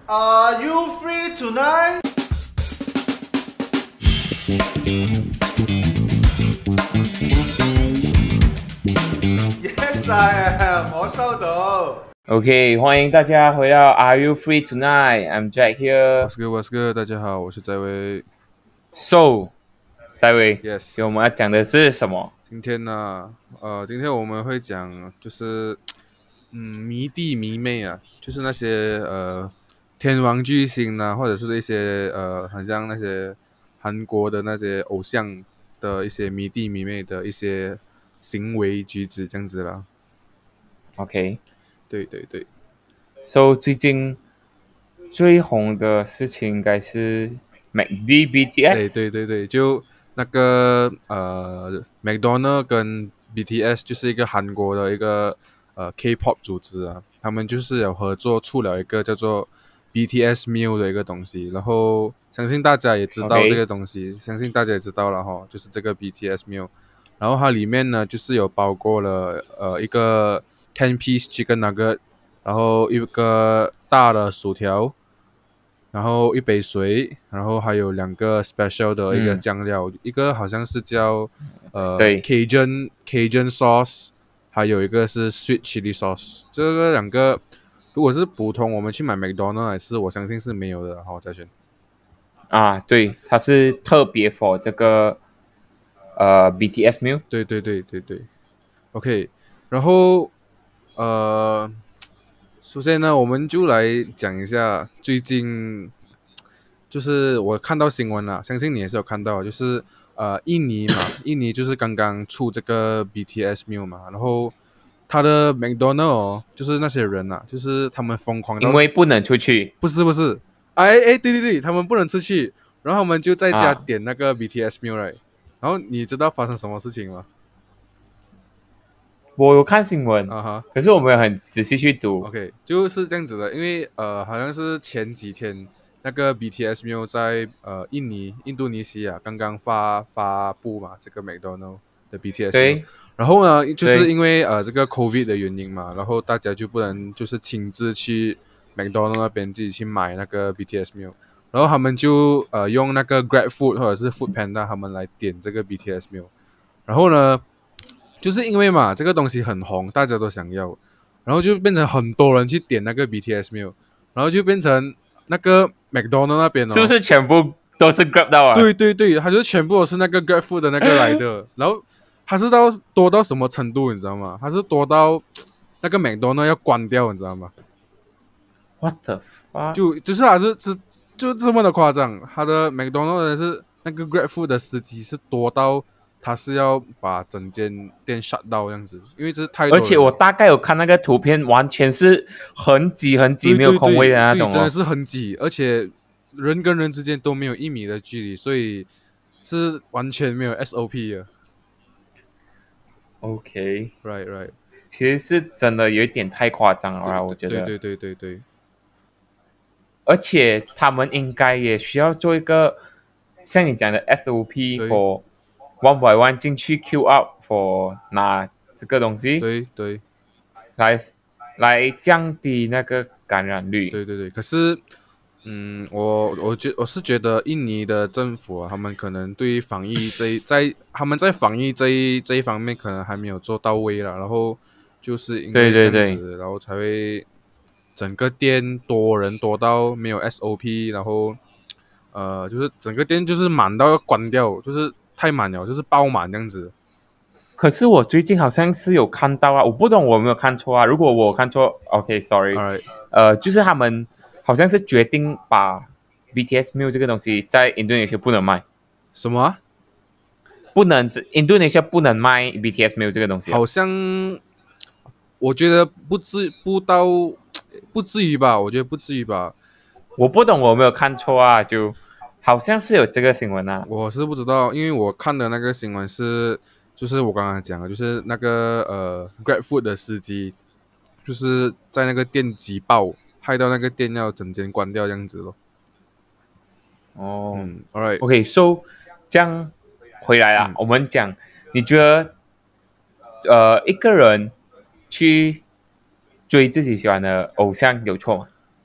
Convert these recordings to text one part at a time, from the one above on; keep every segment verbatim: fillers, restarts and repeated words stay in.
Are you free tonight? Yes, I am. 我收到。 OK，欢迎大家回到 Are You Free Tonight? I'm Jack here. What's good, What's good? 大家好，我是翟威。 So，翟威 Yes， 给我们要讲的是什么？ 今天呢，呃，今天我们会讲就是，嗯，迷弟迷妹啊，就是那些呃天王巨星啊，或者是一些呃，很像那些韩国的那些偶像的一些迷弟迷妹的一些行为举止这样子啦。 OK， 对对对。 So 最近最红的事情应该是 M A C D B T S。 对对对对，就那个呃，McDonald 跟 B T S 就是一个韩国的一个呃 K-pop 组织啊，他们就是有合作出了一个叫做 B T S Meal 的一个东西，然后相信大家也知道 OK 这个东西，相信大家也知道了哈，就是这个 B T S Meal，然后它里面呢就是有包括了呃一个 ten piece chicken nugget，然后一个大的薯条。然后一杯水，然后还有两个 special 的一个嗯酱料，一个好像是叫呃对 Cajun Cajun sauce，还有一个是 sweet chili sauce。这个两个如果是普通我们去买 McDonald 还是我相信是没有的。好，再选啊，对，它是特别 for 这个呃 B T S Meal。 对对对对对，OK，然后呃。首先呢，我们就来讲一下最近，就是我看到新闻了，相信你也是有看到，就是呃，印尼嘛，印尼就是刚刚出这个 B T S Meal 嘛，然后他的 McDonald 就是那些人啊，就是他们疯狂到， 因为不能出去不是不是，哎哎，对对对，他们不能出去，然后他们就在家啊。 点那个 B T S Meal right，然后你知道发生什么事情吗？ 我有看新闻， 啊哈。 可是我没有很仔细去读。 OK，就是这样子的，因为呃，好像是前几天那个 B T S Meal 在呃印尼、印度尼西亚刚刚发发布嘛，这个 McDonald 的 B T S Meal， 对然后呢，就是对因为呃这个 COVID 的原因嘛，然后大家就不能就是亲自去 McDonald 那边自己去买那个 B T S Meal，然后他们就呃用那个 Grab Food 或者是 Food Panda 他们来点这个 B T S Meal，然后呢，就是因为嘛这个东西很红，大家都想要。然后就变成很多人去点那个 B T S meal，然后就变成那个 McDonald 那边哦， 是不是全部都是 Grab 到啊？ 对对对，它就全部都是那个 Grab Food 的那个来的，然后它是到多到什么程度，你知道吗？它是多到那个 McDonald 要关掉，你知道吗？ What the fuck？ 就就是还是是就这么的夸张，它的 McDonald 的是那个 Grab Food 的司机是多到。他是要把整间店 shut down 这样子，因为这是太多人了。 而且我大概有看那个图片，完全是很挤很挤， 对没有空位的那对对， 种哦。 真的是很挤，而且人跟人之间都没有一米的距离，所以是完全没有 S O P 的。 OK， Right, right。 其实是真的有一点太夸张了啊，我觉得。 对对对对对。 而且他们应该也需要做一个像你讲的 S O P 对 for one by one 进去 queue up for 拿这个东西， 对对来来降低那个感染率。 对对对，可是，嗯，我我觉我是觉得印尼的政府啊，他们可能对于防疫这一在他们在防疫这一这一方面可能还没有做到位了，然后就是因为这对对样子，然后才会整个店多人多到没有 S O P，然后呃，就是整个店就是满到要关掉，就是太满了，就是爆满这样子。 可是我最近好像是有看到啊，我不懂我有没有看错啊。如果我看错 ，OK，sorry，、 All right， 呃，就是他们好像是决定把 B T S Meal 这个东西在印度尼西亚不能卖， 什么啊？ 不能印度尼西亚不能卖 B T S Meal 这个东西、啊。 好像我觉得不至不到不至于吧，我觉得不至于吧。 我不懂我有没有看错啊，就好像是有这个新闻啊。 我是不知道，因为我看的那个新闻是，就是我刚刚讲的，就是那个呃 GrabFood 的司机，就是在那个店挤爆，害到那个店要整间关掉这样子咯。 哦、 嗯 ，All right， ，OK，so、这样回来啊， 嗯我们讲，你觉得呃一个人去追自己喜欢的偶像有错吗？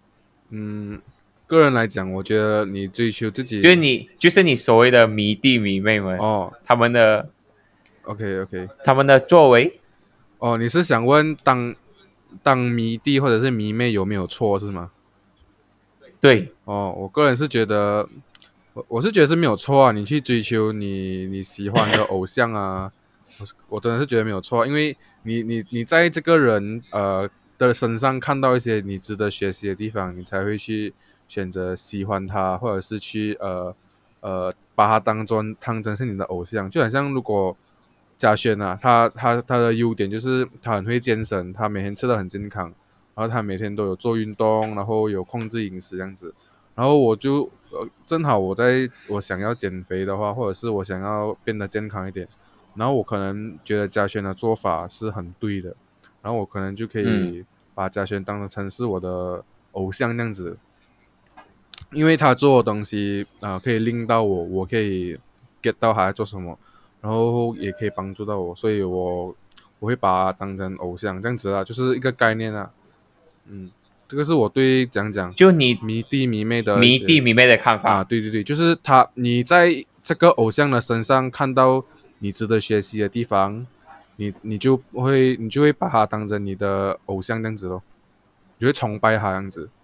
嗯，个人来讲，我觉得你追求自己， 就是你就是你所谓的迷弟迷妹们， 哦他们的 ，OK OK， 他们的作为， 哦，你是想问当当迷弟或者是迷妹有没有错是吗？ 对， 哦，我个人是觉得，我我是觉得是没有错啊。你去追求你你喜欢的偶像啊，我是我真的是觉得没有错，因为你你你在这个人呃的身上看到一些你值得学习的地方，你才会去选择喜欢他，或者是去呃呃把他当做当成是你的偶像。就好像如果嘉轩啊，他他他的优点就是他很会健身，他每天吃的很健康。然后他每天都有做运动，然后有控制饮食这样子。然后我就呃正好我在我想要减肥的话，或者是我想要变得健康一点，然后我可能觉得嘉轩的做法是很对的，然后我可能就可嗯以把嘉轩当成是我的偶像这样子，因为他做的东西啊、呃可以令到我，我可以 get 到他在做什么，然后也可以帮助到我，所以我我会把他当成偶像这样子啦，就是一个概念啊。嗯，这个是我对讲讲就你迷弟迷妹的一些迷弟迷妹的看法。 啊，对对对，就是他，你在这个偶像的身上看到你值得学习的地方，你你就会你就会把他当成你的偶像这样子咯，你就会崇拜他这样子。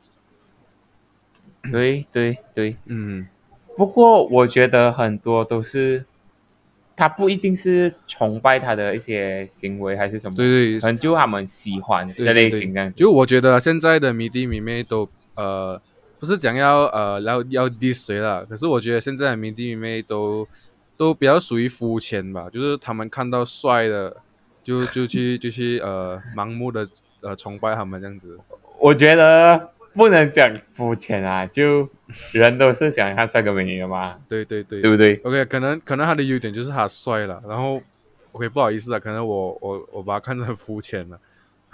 对对对， 嗯， 不过我觉得很多都是，他不一定是崇拜他的一些行为还是什么， 对对可能就他们喜欢对这类对对， 型这样子。 就我觉得现在的迷弟迷妹都呃不是讲要呃要要 diss 谁啦，可是我觉得现在的迷弟迷妹都都比较属于肤浅吧，就是他们看到帅的就就去就去呃盲目的呃崇拜他们这样子。 我觉得不能讲肤浅啊，就人都是想看帅哥美女的嘛， 对对对， 对不对？ OK，可能可能他的优点就是他帅了，然后 OK 不好意思啊，可能我我我把他看成很肤浅了。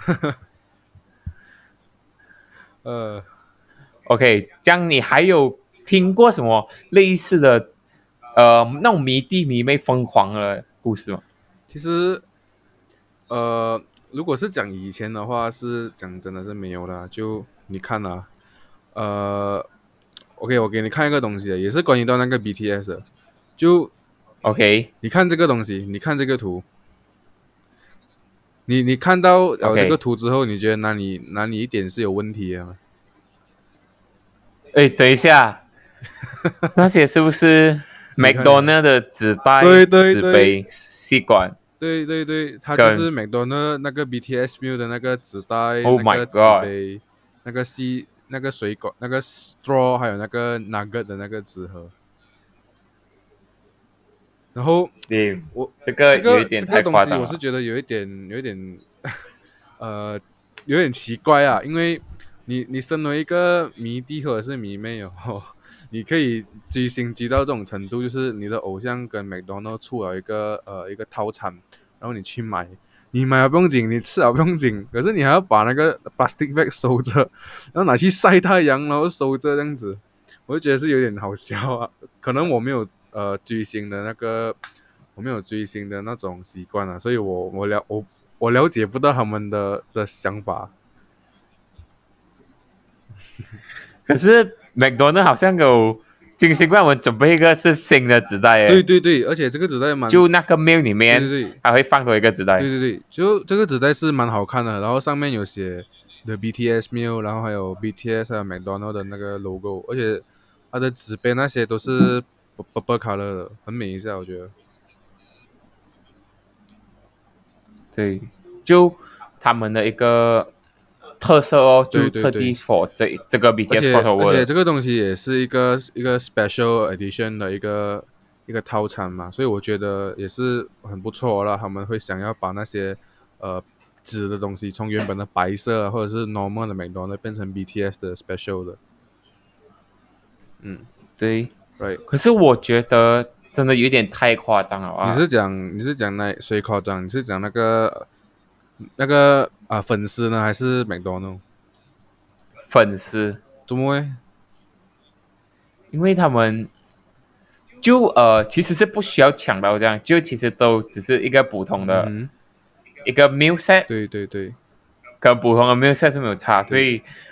呃， OK，这样你还有听过什么类似的呃那种迷弟迷妹疯狂的故事吗？ 其实呃，如果是讲以前的话，是讲真的是没有啦。就你看啊，呃，OK，我给你看一个东西，也是关于到那个 B T S 的。就 OK 你看这个东西，你看这个图，你你看到呃 OK， 这个图之后，你觉得哪里哪里一点是有问题的吗？ 哎，等一下，那些是不是 McDonald 的纸袋、 对对对纸杯、吸管？ 对对对，它跟就是 McDonald 那个 B T S Meal 的那个纸袋、 Oh 那 my 个纸 God 杯、那个吸、那个水果、那个 straw， 还有那个 nugget 的那个纸盒。然后对， 我这个这个有一点这个东西， 太夸张了。 我是觉得有一点有一点呃有点奇怪啊，因为你你身为一个迷弟或者是迷妹哦，你可以追星追到这种程度，就是你的偶像跟 McDonald 出了一个呃一个套餐，然后你去买，你买了不用紧，你吃了不用紧，可是你还要把那个 plastic bag 收着，然后拿去晒太阳，然后收着这样子，我就觉得是有点好笑啊。可能我没有呃追星的那个，我没有追星的那种习惯啊，所以我我了我我了解不到他们的的想法。 可是 McDonald 好像有精心为我们准备一个是新的纸袋对耶， 对对，而且这个纸袋蛮就那个 meal 里对面对对还会放多一个纸袋。 对对对，就这个纸袋是蛮好看的，然后上面有写 The B T S Meal， 然后还有 B T S 还有 McDonald 的那个 logo， 而且它的纸杯那些都是 purple color 的，很美一下，我觉得。 对，就他们的一个特色哦，就对对特地 for 这这个 B T 而 S 且 crossover 的。 而且这个东西也是一个一个 special edition 的一个一个套餐嘛，所以我觉得也是很不错啦。他们会想要把那些呃纸的东西从原本的白色或者是 normal 的 McDonald 变成 B T S 的 special 的。嗯对， ，right。 可是我觉得真的有点太夸张了啊！ 你是讲你是讲那谁夸张？你是讲那个那个啊、粉丝呢，还是 McDonald？ 粉丝， 怎么会？ 因为他们就呃其实是不需要抢到这样，就其实都只是一个普通的、 嗯， 一个 meal set， 对对对， 跟普通的 meal set 是没有差，所以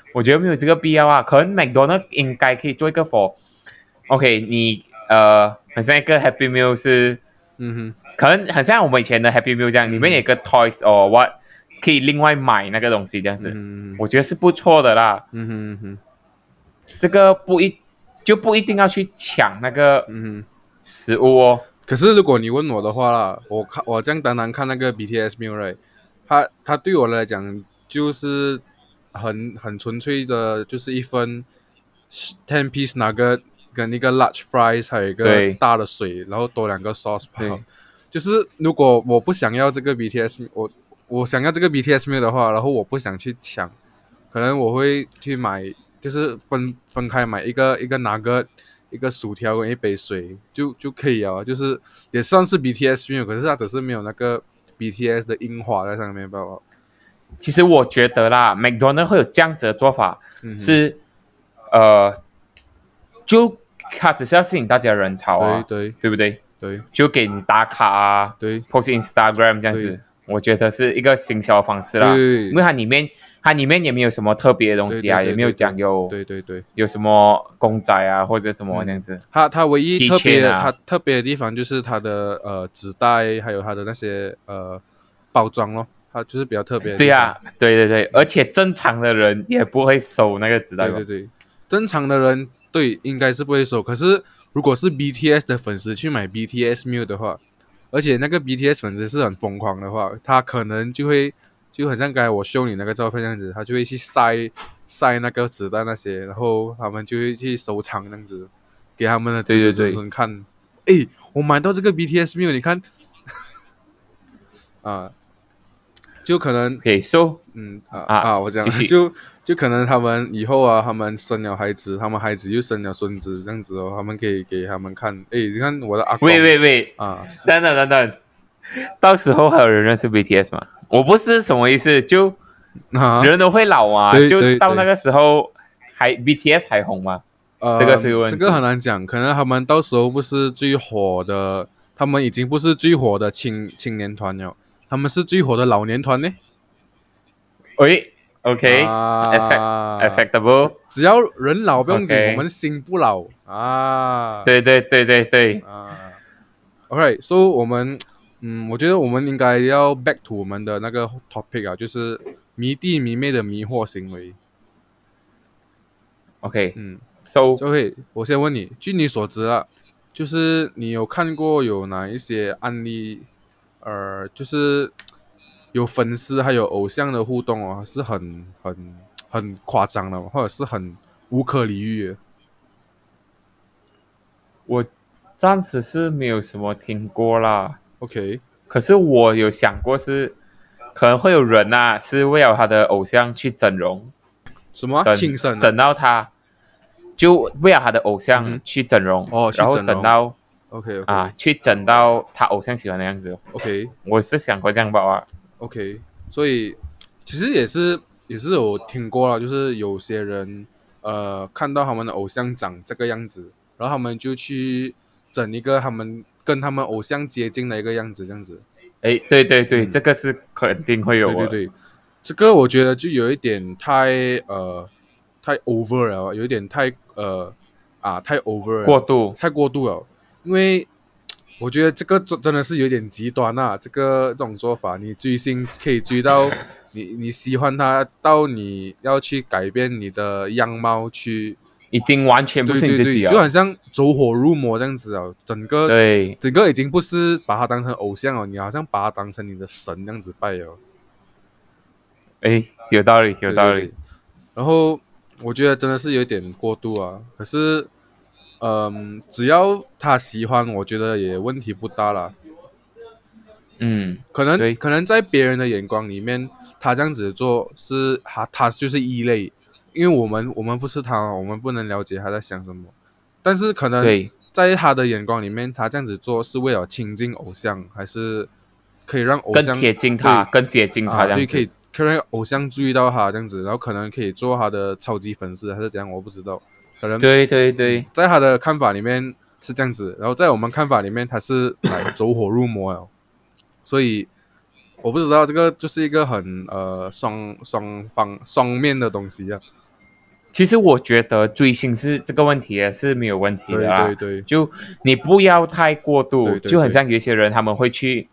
我觉得没有这个必要啊。可能 McDonald 应该可以做一个 for，OK， 你呃，很像一个 Happy Meal 是， 嗯可能很像我们以前的 Happy Meal 这样， 嗯里面有一个 Toys or what，可以另外买那个东西这样哼， 子， 嗯哼我觉得是不错的啦。 嗯哼嗯哼这个不一就不一定要去抢那个嗯哼。 食物哦。 可是如果你问我的话啦，我看我这样单单看那个 B T S meal right，它它对我来讲就是很很纯粹的，就是一份 ten piece nugget 跟一个 large fries，还有一个对大的水，然后多两个 sauce 包对。 就是如果我不想要这个 B T S，我我想要这个 B T S meal 的话，然后我不想去抢，可能我会去买，就是分分开买一个一个 nugget。一个薯条跟一杯水就就可以了，就是也算是 B T S meal，可是它只是没有那个 B T S 的印花在上面罢了。 其实我觉得啦，McDonald 会有这样子的做法， 嗯、 是呃，就它只是要吸引大家人潮啊， 对对对不对？ 对就给你打卡啊， 对 ，post Instagram 这样对子，我觉得是一个行销方式啦。 对因为它里面它里面也没有什么特别的东西啊， 对对对也没有讲有对对对， 有什么公仔啊或者什么这样子。 它它唯一 Keychain 特别的、 啊它特别的地方就是它的呃纸袋，还有它的那些呃包装咯，它就是比较特别的地方。 对呀、对对对，而且正常的人也不会收那个纸袋吧。 对对对，正常的人对应该是不会收，可是如果是 B T S 的粉丝去买 B T S meal 的话，而且那个 B T S 粉丝是很疯狂的话，他可能就会就很像刚才我秀你那个照片这样子，他就会去晒晒那个子弹那些，然后他们就会去收藏这样子，给他们的子子孙孙看。诶，我买到这个 B T S meal，你看啊，就可能给收嗯啊啊啊，我讲继续就就可能他们以后啊，他们生了孩子，他们孩子又生了孙子，这样子哦，他们可以给他们看，诶，你看我的阿公， 喂喂喂， 啊， 等等等等，到时候还有人认识 B T S 吗？我不是什么意思，就啊， 人都会老嘛，就对对对到那个时候还 B T S 还红吗？ 呃， 这个是个问题这个很难讲，可能他们到时候不是最火的，他们已经不是最火的青青年团了，他们是最火的老年团呢。 喂啊 ，OK，accept，acceptable， 只要人老不用紧， OK 我们心不老啊。 对对对对对， 啊，Alright，so 我们，嗯，我觉得我们应该要 back to 我们的那个 topic 啊，就是迷弟迷妹的迷惑行为。 OK， 嗯， so 就会，我先问你，据你所知啊，就是你有看过有哪一些案例，呃，就是有粉丝还有偶像的互动哦，是很很很夸张的，或者是很无可理喻的。 我暂时是没有什么听过啦， OK， 可是我有想过是可能会有人啊，是为了他的偶像去整容， 什么啊整庆生啊整到他，就为了他的偶嗯像哼去整容， 哦去然后整容整到 ？OK OK 啊，去整到他偶像喜欢的样子。 OK 我是想过这样吧啊， OK，所以其实也是也是有听过了，就是有些人呃看到他们的偶像长这个样子，然后他们就去整一个他们跟他们偶像接近的一个样子，这样子。 哎，对对对， 嗯这个是肯定会有的。 对对对，这个我觉得就有一点太呃太 over 了，有一点太呃啊太 over 了过度。 太过度了，因为我觉得这个真真的是有点极端啊，这个这种做法，你追星可以追到你你喜欢他到你要去改变你的样貌去， 已经完全不对对对， 是你自己了。 就好像走火入魔这样子啊，整个对， 整个已经不是把他当成偶像了，你好像把他当成你的神这样子拜了。 哎，有道理，有道理。 对对对然后我觉得真的是有点过度啊，可是，嗯，只要他喜欢，我觉得也问题不大啦。 嗯， 可能对可能在别人的眼光里面，他这样子做是他他就是异类，因为我们我们不是他，我们不能了解他在想什么。但是可能对， 在他的眼光里面，他这样子做是为了亲近偶像，还是可以让偶像更贴近他， 对更接近他啊，对， 这样子。 可以可以让偶像注意到他这样子，然后可能可以做他的超级粉丝，还是怎样，我不知道。可能对对对， 在他的看法里面是这样子，然后在我们看法里面，他是来走火入魔了。所以我不知道这个就是一个很呃双双方双面的东西啊。 其实我觉得追星是这个问题也是没有问题的啦， 对对对就你不要太过度， 对对对就很像有一些人他们会去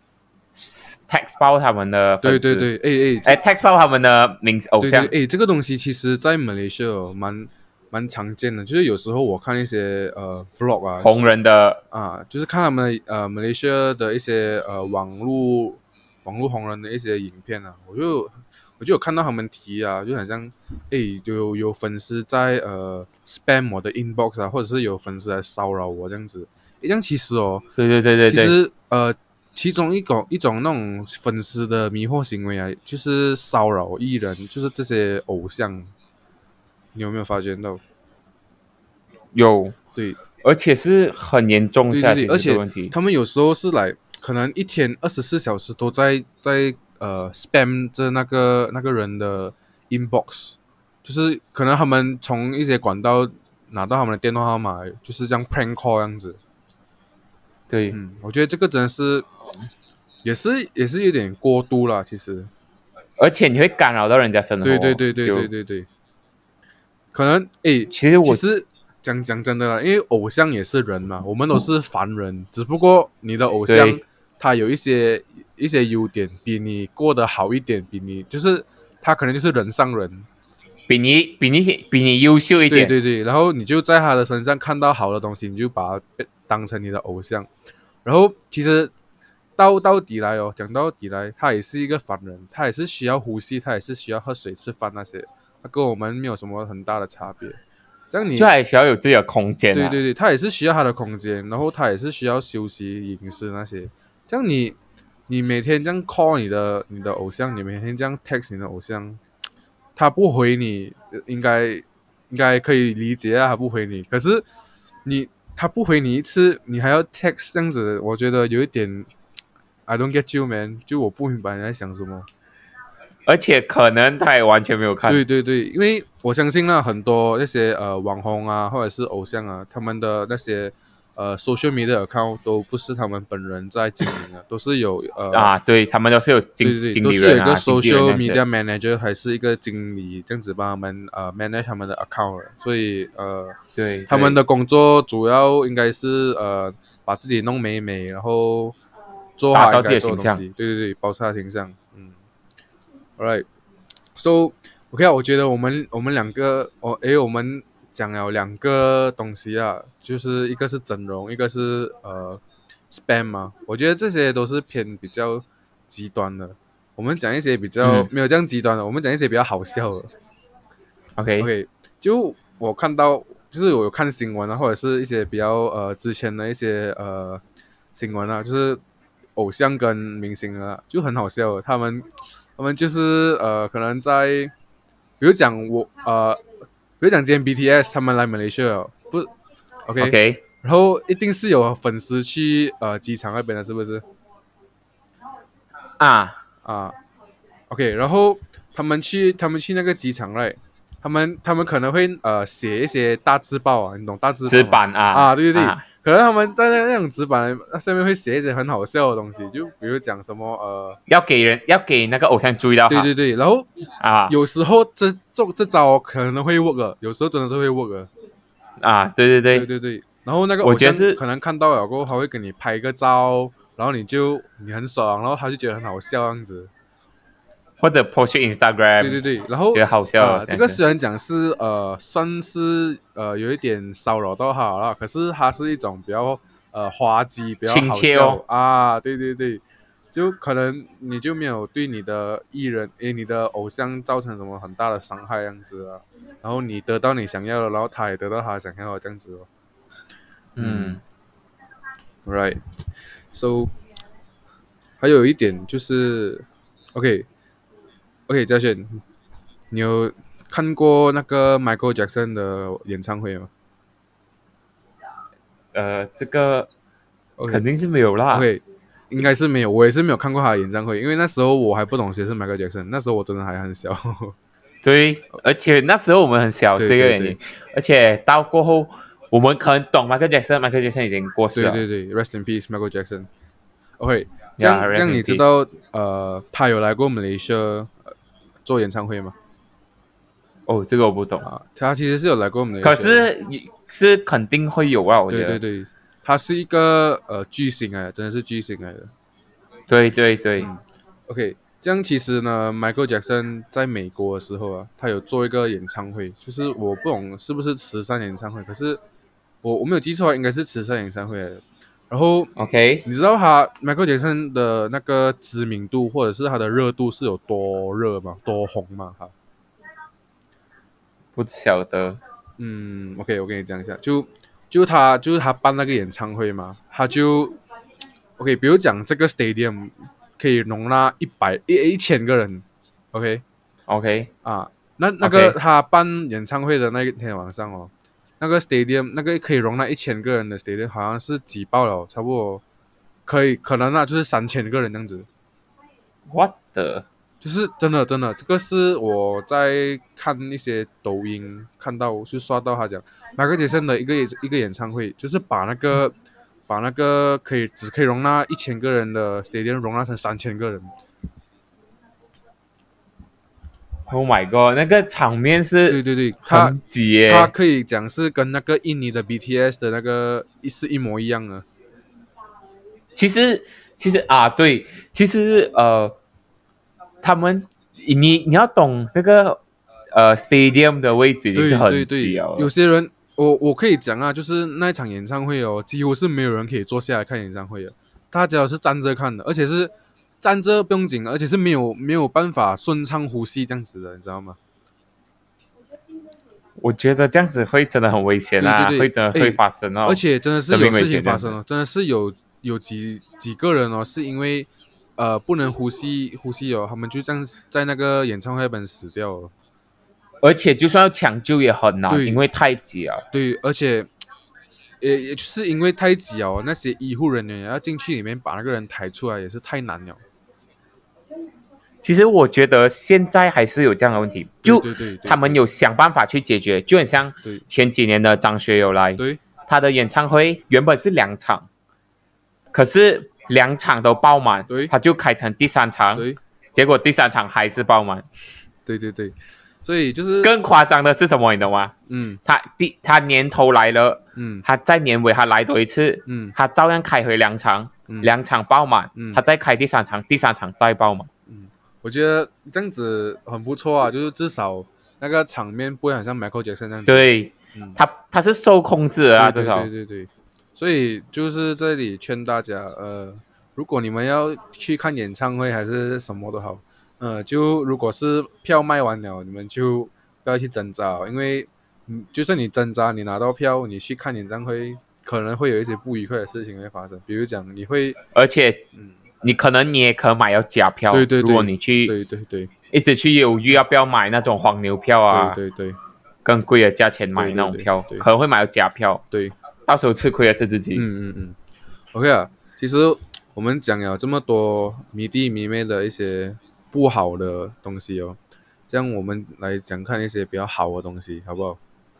text 爆他们的粉丝， 对对对，哎哎哎 text 爆他们的明偶像， 对对，哎，这个东西其实在马来西亚哦蛮蛮常见的，就是有时候我看一些呃 vlog 啊， 红人的啊，就是看他们呃马来西亚的一些呃网络网络红人的一些影片啊，我就我就有看到他们提啊，就很像诶有有粉丝在呃 spam 我的 inbox 啊，或者是有粉丝来骚扰我这样子，诶，这样其实哦， 对对对对其对， 实呃其中一种一种那种粉丝的迷惑行为啊，就是骚扰艺人，就是这些偶像，你有没有发觉到？ 有， 对， 而且是很严重下去对对对，而且这个问题， 他们有时候是来，可能一天二十四小时都在在呃 spam 着那个那个人的 inbox，就是可能他们从一些管道拿到他们的电话号码，就是这样 prank call 这样子。 对， 嗯，我觉得这个真的是也是也是有点过度了，其实。 而且你会干扰到人家生活， 对对对对就对对对，可能诶， 其实我其实讲讲真的啦，因为偶像也是人嘛，我们都是凡人，只不过你的偶像对他有一些一些优点，比你过得好一点，比你就是他可能就是人上人， 比你比你比你优秀一点， 对对对，然后你就在他的身上看到好的东西，你就把他当成你的偶像，然后其实到到底来哦，讲到底来，他也是一个凡人，他也是需要呼吸，他也是需要喝水、吃饭那些，他跟我们没有什么很大的差别。这样你就还需要有自己的空间、啊。 对对对，他也是需要他的空间，然后他也是需要休息、饮食那些。这样你你每天这样 call 你的你的偶像，你每天这样 text 你的偶像，他不回你，应该应该可以理解啊，他不回你。可是你他不回你一次，你还要 text 这样子，我觉得有一点 I don't get you man，就我不明白你在想什么。 而且可能他也完全没有看。 对对对，因为我相信呢，很多那些呃网红啊，或者是偶像啊，他们的那些呃 social media account 都不是他们本人在经营的，都是有呃啊，对他们都是有经对对对， 经理人啊， 都是有一个经纪人 social 那些 media manager 还是一个经理这样子帮他们呃 manage 他们的 account 的，所以呃对他们的工作主要应该是呃把自己弄美美，然后做好打造应该自己的形象做的东西，对对对，保持他的形象，嗯 ，all right。So OK 啊，我觉得我们我们两个，哦，诶，我们讲了两个东西啊，就是一个是整容，一个是呃 spam 嘛。我觉得这些都是偏比较极端的。我们讲一些比较、 嗯没有这样极端的，我们讲一些比较好笑的。 OK OK，就我看到，就是我有看新闻啊，或者是一些比较呃之前的一些呃新闻啊，就是偶像跟明星啊，就很好笑的，他们他们就是呃可能在，比如讲我呃，比如讲今天 B T S 他们来马来西亚，不 OK，, OK 然后一定是有粉丝去呃机场那边的，是不是啊， 啊？OK，然后他们去他们去那个机场来，他们他们可能会呃写一些大字报啊，你懂大字报吗纸板啊啊，对对对， 啊可能他们在那那种纸板上面会写一些很好笑的东西，就比如讲什么呃， 要给人要给那个偶像注意到他对对对，然后啊有时候这这这招可能会 work 的，有时候真的是会 work 的， 啊，对对对， 对对对，然后那个偶像我觉得是可能看到了过后，他会给你拍个照，然后你就你很爽，然后他就觉得很好笑这样子。 或者 post 去 Instagram， 对对对，然后觉得好笑啊，这个这样子虽然讲是呃，算是呃有一点骚扰到他了，可是它是一种比较呃滑稽、比较好亲切笑哦啊，对对对，就可能你就没有对你的艺人诶，你的偶像造成什么很大的伤害这样子啊，然后你得到你想要的，然后他也得到他想要的这样子哦。 嗯 Right，so 还有一点就是，OK。OK，嘉轩，你有看过那个 Michael Jackson 的演唱会吗呃，这个 ？OK， 肯定是没有啦。 OK，应该是没有，我也是没有看过他的演唱会，因为那时候我还不懂谁是 Michael Jackson，那时候我真的还很小。 对，而且那时候我们很小， 对是一个原因对对。 而且到过后，我们可能懂 Michael Jackson，Michael Jackson 已经过世了。 对对对，Rest in peace Michael Jackson。OK，这样 Yeah, 这样 rest in 你知 peace 道呃，他有来过马来西亚、呃、做演唱会吗？ 哦，这个我不懂。 啊，他其实是有来过我们的， 可是是肯定会有啊，我觉得。 对对对，他是一个呃巨星来的，真的是巨星来的。 对对对。 嗯 OK， 这样其实呢，Michael Jackson 在美国的时候啊，他有做一个演唱会，就是我不懂是不是慈善演唱会，可是我我没有记错，应该是慈善演唱会来的。然后 OK， 你知道他 Michael Jackson 的那个知名度或者是他的热度是有多热吗？多红吗？哈， 不晓得。 嗯 ，OK， 我跟你讲一下，就就他就是他办那个演唱会嘛，他就 OK， 比如讲这个 stadium 可以容纳一百一一千个人 ，OK OK， 啊，那那个 OK 他办演唱会的那一天晚上哦，那个 stadium 那个可以容纳一千个人的 stadium 好像是挤爆了，差不多可以可能啊就是三千个人这样子。 What the？ 就是真的真的，这个是我在看一些抖音看到，就刷到他讲Michael Jackson的一个一个演唱会，就是把那个把那个可以只可以容纳一千个人的 stadium 容纳成三千个人。 Oh my god， 那个场面对是对对，他很挤耶。 他可以讲是跟那个印尼的 B T S 的那个一是一模一样的。 其实其实啊，对，其实呃，他们你你要懂那个呃 stadium 的位置，就是对很对对， 挤哦。 有些人我我可以讲啊，就是那一场演唱会哦，几乎是没有人可以坐下来看演唱会的，大家都是站着看的，而且是站着不用紧，而且是没有没有办法顺畅呼吸这样子的，你知道吗？ 我觉得这样子会真的很危险啊， 对对对会真的会发生哦。 而且真的是有生命危事情险这样子发生了，真的是有有几几个人哦，是因为呃不能呼吸呼吸哦，他们就这样在那个演唱会那边死掉了。 而且就算要抢救也很难， 对因为太挤了。 对，而且也也就是因为太挤哦，那些医护人员要进去里面把那个人抬出来也是太难了。 其实我觉得现在还是有这样的问题，就对对对对他们有想办法去解决，就很像对前几年的张学友来， 对他的演唱会原本是两场，可是两场都爆满， 对他就开成第三场， 对结果第三场还是爆满。 对对对，所以就是更夸张的是什么，你懂吗？ 嗯他第他年头来了， 嗯他在年尾他来多一次， 嗯他照样开回两场， 嗯两场爆满， 嗯他再开第三场，第三场再爆满。 我觉得这样子很不错啊，就是至少那个场面不会很像 Michael Jackson 那样子。 对， 嗯他他是受控制的啊， 对对至少对对对，所以就是这里劝大家，呃，如果你们要去看演唱会还是什么都好，呃，就如果是票卖完了，你们就不要去挣扎，因为嗯，就算你挣扎，你拿到票，你去看演唱会，可能会有一些不愉快的事情会发生，比如讲你会， 而且嗯， 你可能你也可买到假票， 对对对如果你去对对对一直去犹豫要不要买那种黄牛票啊， 对对对更贵的价钱买对对对那种票， 对可能会买到假票， 对， 到时候吃亏的是自己。 嗯嗯嗯，OK 啊，其实我们讲了这么多迷弟迷妹的一些不好的东西哦，这样我们来讲看一些比较好的东西，好不好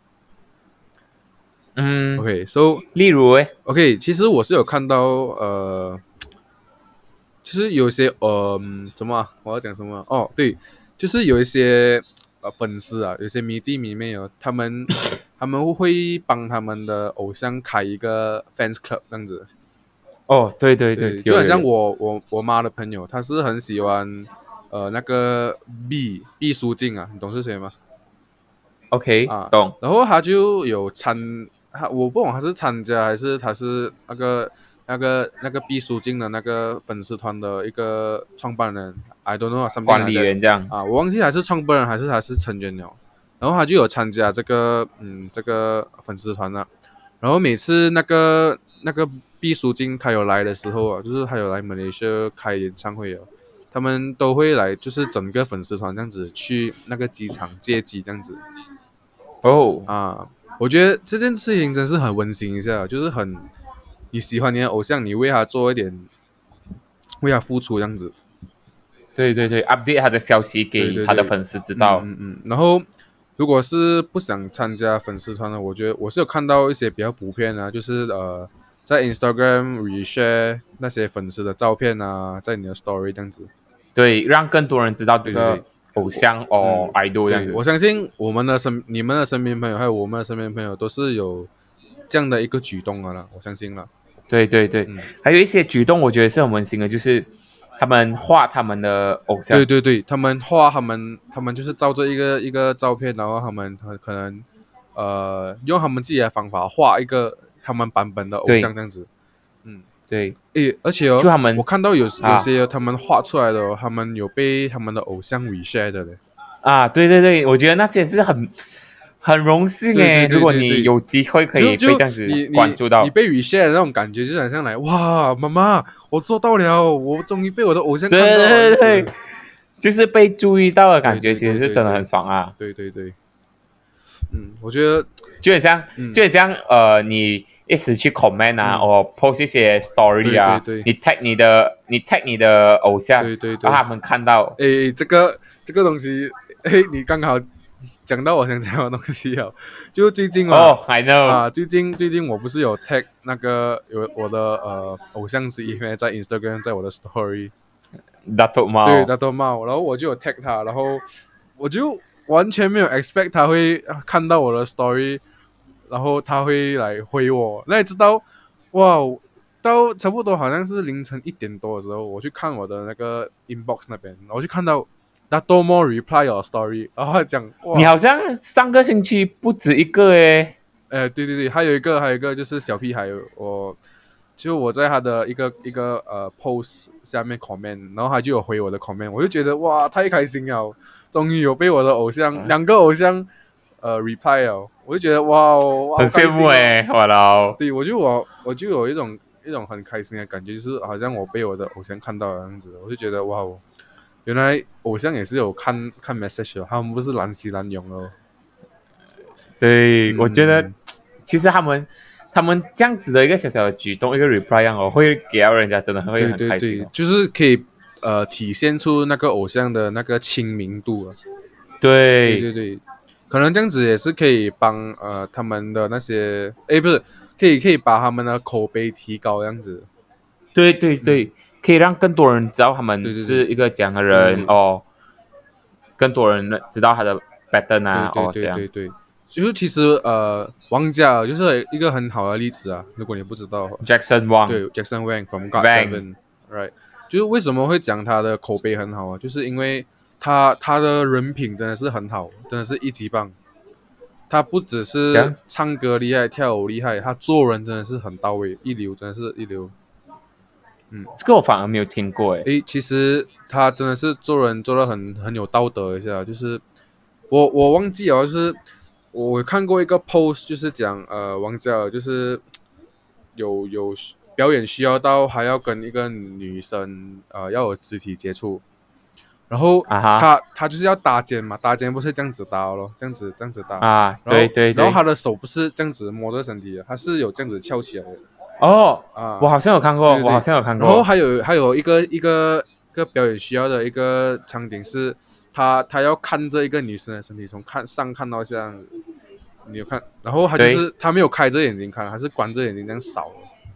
嗯 ？OK，so，、 例如诶， OK，其实我是有看到呃，其实有一些呃，嗯怎么啊我要讲什么？哦，对，就是有一些呃粉丝啊，有些迷弟迷妹哦，他们他们会帮他们的偶像开一个 fans club 这样子。 哦，对对对， 对， 就很像有我我我妈的朋友，她是很喜欢呃那个毕毕书尽啊，你懂是谁吗？ OK 啊懂。 然后他就有参，他我不懂他是参加还是他是那个那个那个毕书尽的那个粉丝团的一个创办人 ，I don't know， 管理员这样啊，我忘记他是创办人还是他是成员了。然后他就有参加这个嗯这个粉丝团了。然后每次那个那个毕书尽他有来的时候啊，就是他有来马来西亚开演唱会啊，他们都会来，就是整个粉丝团这样子去那个机场接机这样子。 哦， 啊，我觉得这件事情真是很温馨一下，就是很你喜欢你的偶像，你为他做一点，为他付出这样子。 对对对，update 他的消息对对对给他的粉丝知道。 嗯嗯嗯。然后，如果是不想参加粉丝团的，我觉得我是有看到一些比较普遍啊，就是呃，在 Instagram reshare 那些粉丝的照片啊，在你的 story 这样子。 对，让更多人知道这个对对对偶像哦、 嗯 idol 这样对， 子。 我相信我们的身、你们的身边朋友还有我们的身边朋友都是有这样的一个举动的啦，我相信了。 对对对， 嗯， 还有一些举动，我觉得是很温馨的，就是他们画他们的偶像。 对对对，他们画他们他们就是照着一个一个照片，然后他们可能呃用他们自己的方法画一个他们版本的偶像这样子。嗯， 对， 诶，而且哦， 就他们我看到有啊有些他们画出来的、哦，他们有被他们的偶像 reshare 的嘞。 啊，对对对，我觉得那些是很很荣幸诶， 对对对如果对对你有机会可以被就就这样子你关注到你你，被 reshare 的那种感觉，就好像来哇，妈妈，我做到了，我终于被我的偶像看对到了。 对对对这样子， 就是被注意到的感觉， 对对对其实是真的很爽啊， 对对对，嗯，我觉得就很像嗯就很像呃你。一时去 comment 啊， 嗯或 post 一些 story 啊， 对对对你 tag 你的你 tag 你的偶像， 对对对让他们看到， 诶，这个这个东西，诶，你刚好讲到我想讲的东西哦，就最近啊。 哦，I know， 啊，最近最近我不是有 tag 那个有我的呃偶像之一咩，在 Instagram 在我的 story， Datuk Mau， 对，大头帽，然后我就有 tag 他，然后我就完全没有 expect 他会看到我的 story， 然后他会来回我。那你知道，哇，到差不多好像是凌晨一点多的时候，我去看我的那个 inbox 那边，我就看到 Dato Mo reply your story， 然后他讲，哇， 你好像上个星期不止一个诶， 呃，对对对，还有一个还有一个就是小屁孩，我就我在他的一个一个呃 post 下面 comment， 然后他就有回我的 comment， 我就觉得哇，太开心了，终于有被我的偶像、两个偶像呃 reply 了，我就觉得哇，哇很羡慕诶。 诶，我老， 对，我就我我就有一种一种很开心的感觉，就是好像我被我的偶像看到的样子，我就觉得哇，原来偶像也是有看看 message 的，他们不是懒洗懒用哦。 对， 嗯我觉得其实他们他们这样子的一个小小的举动，一个 reply 让我会给到人家真的会对很开心、哦。 对对，就是可以呃体现出那个偶像的那个亲民度啊。 对对对对，可能这样子也是可以帮呃他们的那些，诶不是，可以可以把他们的口碑提高这样子。 对对对，可以让更多人知道他们对对对是一个这样的人、 嗯哦，更多人知道他的 pattern 啊， 对哦这样对对对对，就是其实呃王嘉就是一个很好的例子啊，如果你不知道的话。 ，Jackson Wang， 对 ，Jackson Wang from God Wang Seven，right， 就是为什么会讲他的口碑很好啊？就是因为他他的人品真的是很好，真的是一级棒。他不只是这样唱歌厉害、跳舞厉害，他做人真的是很到位，一流，真的是一流。 这个我反而没有听过诶。 诶，其实他真的是做人做得很很有道德一下，就是我我忘记了，就是我看过一个 post， 就是讲呃王嘉尔就是有有表演需要到还要跟一个女生呃要有肢体接触，然后啊哈他他就是要搭肩嘛，搭肩不是这样子搭咯，这样子这样子搭， 啊， 然后对对对， 然后他的手不是这样子摸着身体的，他是有这样子翘起来的哦， 啊， 我好像有看过， 对对对我好像有看过。 然后还有还有一个一个一个表演需要的一个场景是，他他要看着一个女生的身体，从看上看到下，你有看？然后他就是他没有开着眼睛看，他是关着眼睛这样扫。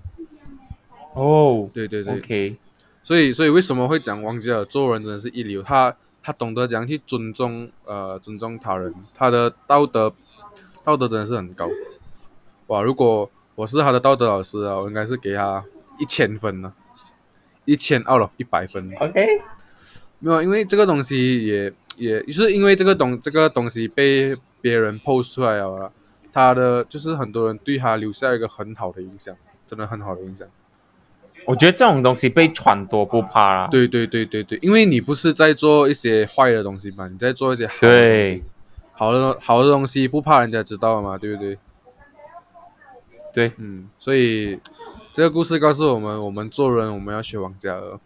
哦， 对对对 OK， 所以所以为什么会讲王嘉尔做人真的是一流？他他懂得怎样去尊重呃尊重他人，他的道德道德真的是很高。哇，如果我是他的道德老师啊，我应该是给他一千分呢、一千 out of 一百分。 OK， 没有，因为这个东西也也就是因为这个东这个东西被别人 post 出来了啦，他的就是很多人对他留下一个很好的影响，真的很好的影响。 我觉得这种东西被传多不怕啦。 对对对对对，因为你不是在做一些坏的东西嘛，你在做一些好的东对西，好的好的东西不怕人家知道嘛，对不对？ 对， 嗯，所以这个故事告诉我们，我们做人我们要学王嘉尔。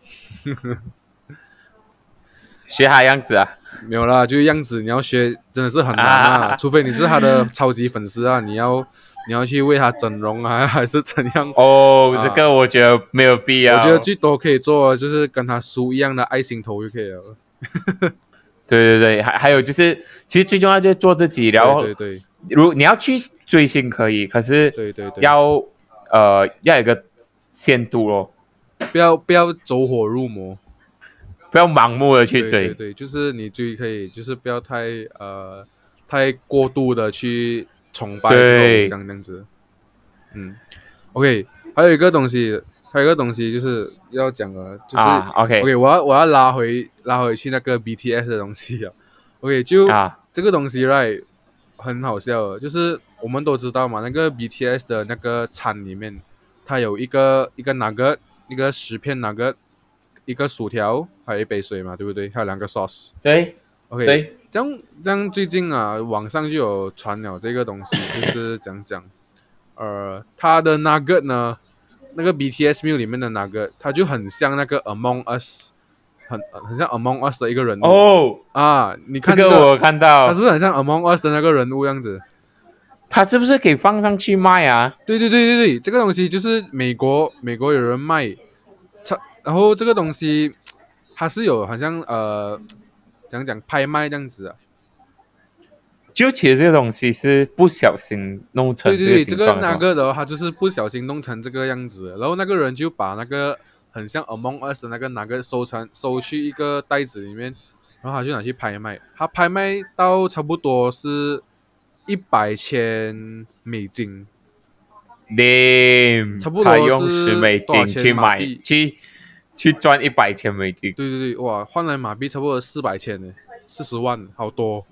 学他样子啊。 没有啦，就是样子你要学真的是很难啊， 啊除非你是他的超级粉丝啊，你要你要去为他整容啊，还是怎样？ 哦， 啊这个我觉得没有必要。 我觉得最多可以做的就是跟他梳一样的爱心头就可以了。 对对对，还还有就是，其实最重要就是做自己，然后对对如你要去追星可以，可是对对对， 要呃要有一个限度咯， 不要不要走火入魔。 不要盲目的去对追。 对对，就是你追可以，就是不要太呃太过度的去崇拜这个偶对像这样子。嗯，OK，还有一个东西，还有一个东西就是要讲的，就是、 啊，OK OK，我要我要拉回拉回去那个 B T S 的东西啊。OK，就、 啊， 这个东西 right 很好笑的，就是我们都知道嘛，那个 B T S 的那个餐里面，它有一个一个 nugget， 一个十片 nugget， 一个薯条，还有一杯水嘛，对不对？还有两个 sauce。 对 OK， 对， 这样这样最近啊，网上就有传了这个东西，就是讲讲，呃，它的 nugget 呢，那个 B T S meal 里面的 nugget，它就很像那个 Among Us， 很很像 Among Us 的一个人物、 哦， 啊。你看、 这个我看到， 它是不是很像 Among Us 的那个人物样子？ 他是不是可以放上去卖啊？ 对对对对对，这个东西就是美国美国有人卖，它然后这个东西它是有好像呃讲讲拍卖这样子啊。 就其实这个东西是不小心弄成对对对，这个这个形状的那个的话，他就是不小心弄成这个样子，然后那个人就把那个很像 Among Us 的那个哪个收成收去一个袋子里面，然后他就拿去拍卖，他拍卖到差不多是一百千美金， Damn， 差不多他用是十美多少钱金去买马币去去赚一百千美金， 对对对，哇，换来马币差不多四百千呢，四十万，好多。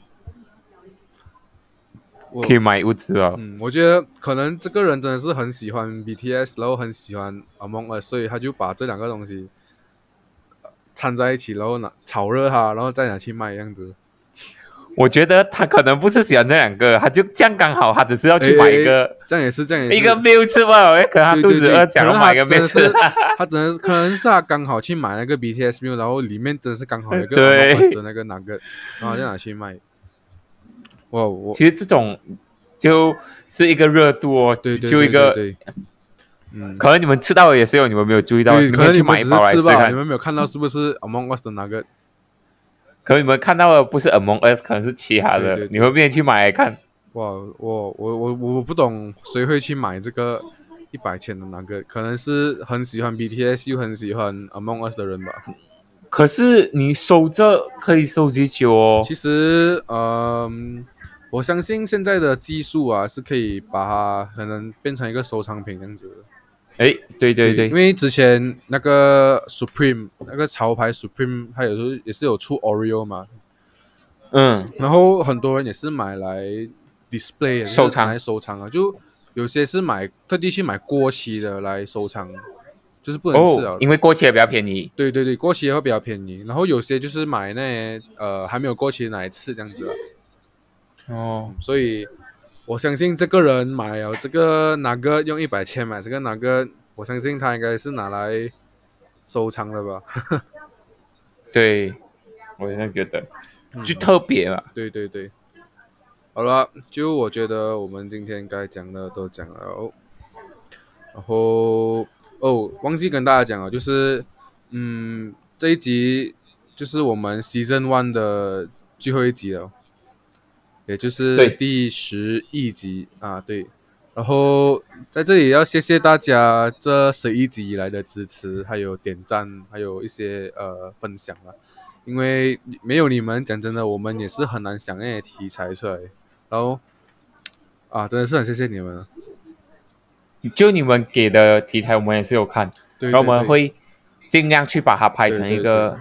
我可以买物资哦。 嗯，我觉得可能这个人真的是很喜欢 B T S， 然后很喜欢 Among Us， 所以他就把这两个东西呃掺在一起，然后拿炒热它，然后再拿去卖这样子。 我觉得他可能不是喜欢这两个，他就这样刚好，他只是要去买一个、 诶这样也是这样也是一个 meal 吃吧，可能他肚子对对对饿，想要买一个可能 meal 他真的吃是。他真的是可能是他刚好去买那个 B T S meal， 然后里面真的是刚好有一个对 Among Us 的那个那个，然后就拿去卖。哇，我其实这种就是一个热度哦， 对对就一个， 对对对嗯， 可能你们吃到的也是有，你们没有注意到， 对， 你可能你们只们去买一包来是吃吧， 试看你。们没有看到是不是 Among Us 的那个？ 可能你们看到的不是 Among Us， 可能是其他的， 对对对你们不愿意去买来看。 哇，我我我我不懂谁会去买这个一百千的那个，可能是很喜欢 B T S 又很喜欢 Among Us 的人吧。 可是你收着可以收几久哦？ 其实，嗯、我相信现在的技术啊，是可以把它可能变成一个收藏品这样子的。 哎，对对对， 因为之前那个 Supreme 那个潮牌 Supreme， 它有时候也是有出 Oreo 嘛， 嗯， 然后很多人也是买来 display 收藏来收藏啊，就有些是买特地去买过期的来收藏，就是不能吃啊。 哦，因为过期也比较便宜。 对对对，过期也会比较便宜。然后有些就是买那些呃还没有过期的来吃这样子啊。 哦， 所以我相信这个人买了这个哪个用一百千买这个哪个，我相信他应该是拿来收藏的吧。 对，我也这样觉得， 嗯就特别嘛。 对对对，好了，就我觉得我们今天该讲的都讲了哦。然后哦，忘记跟大家讲了，就是嗯，这一集就是我们 Season One 的最后一集了，也就是对第十一集啊，对。然后在这里要谢谢大家这十一集以来的支持，还有点赞，还有一些呃分享啦。因为没有你们，讲真的，我们也是很难想那些题材出来。然后啊，真的是很谢谢你们。 就你们给的题材，我们也是有看， 对然后我们对会尽量去把它拍成一个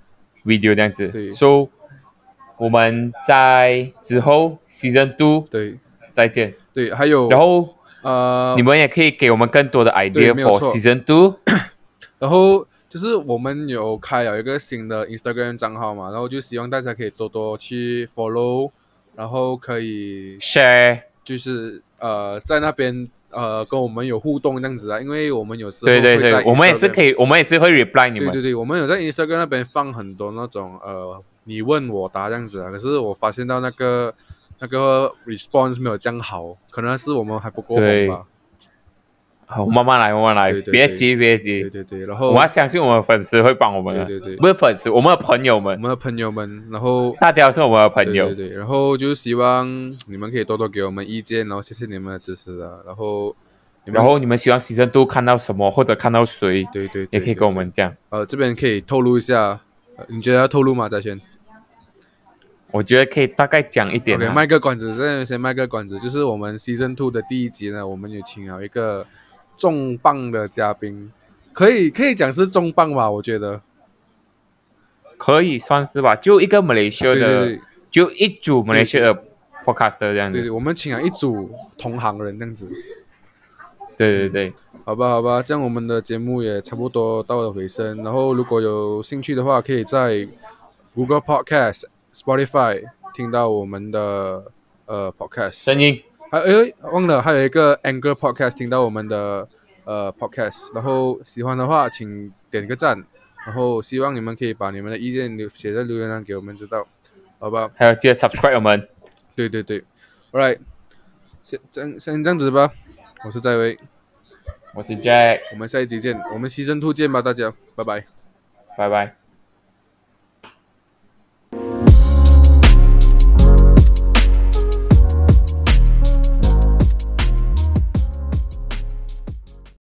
video 这样子。 对 So 我们在之后 season two 对再见。 对，还有然后呃， 你们也可以给我们更多的 idea 对没有 for 错 season two。 然后就是我们有开了一个新的 Instagram 账号嘛，然后就希望大家可以多多去 follow，然后可以 share， 就是呃在那边呃跟我们有互动这样子啊，因为我们有时候对对对， 会在我们也是 Instagram- 可以，我们也是会 reply 你们。 对对对，我们有在 Instagram 那边放很多那种呃你问我答这样子啊，可是我发现到那个那个 response 没有这样好，可能是我们还不够红吧。 好，慢慢来，慢慢来， 对对对别急，别对急。 对对，然后我要相信我们的粉丝会帮我们的， 对对对不是粉丝，我们的朋友们， 我们的朋友们，然后大家都是我们的朋友。 对对对，然后就希望你们可以多多给我们意见，然后谢谢你们的支持啊，然后你们然后你们希望 season two 看到什么，或者看到谁， 对对对也可以跟我们讲。 呃这边可以透露一下， 呃你觉得要透露吗，翟轩我觉得可以大概讲一点 ？OK， 啊。 卖个关子，先先卖个关子，就是我们 Season Two 的第一集呢，我们有请了一个重磅的嘉宾，可以可以讲是重磅吧，我觉得。 可以算是吧，就一个马来西亚的， 对对对就一组马来西亚的 podcaster 这样子。 对对，我们请了一组同行人这样子。 对对对， 好吧，好吧，这样我们的节目也差不多到了尾声。然后，如果有兴趣的话，可以在 Google Podcast、Spotify 听到我们的呃 podcast。 声音还诶忘了还有一个 Anchor Podcast 听到我们的呃 podcast。然后喜欢的话，请点个赞。然后希望你们可以把你们的意见留写在留言栏给我们知道，好吧？ 还有记得 subscribe 我们。 对对对 ，All right，先这样先这样子吧。我是在威， 我是 Jack， 我们下一集见，我们牺牲兔见吧，大家，拜拜。 拜拜。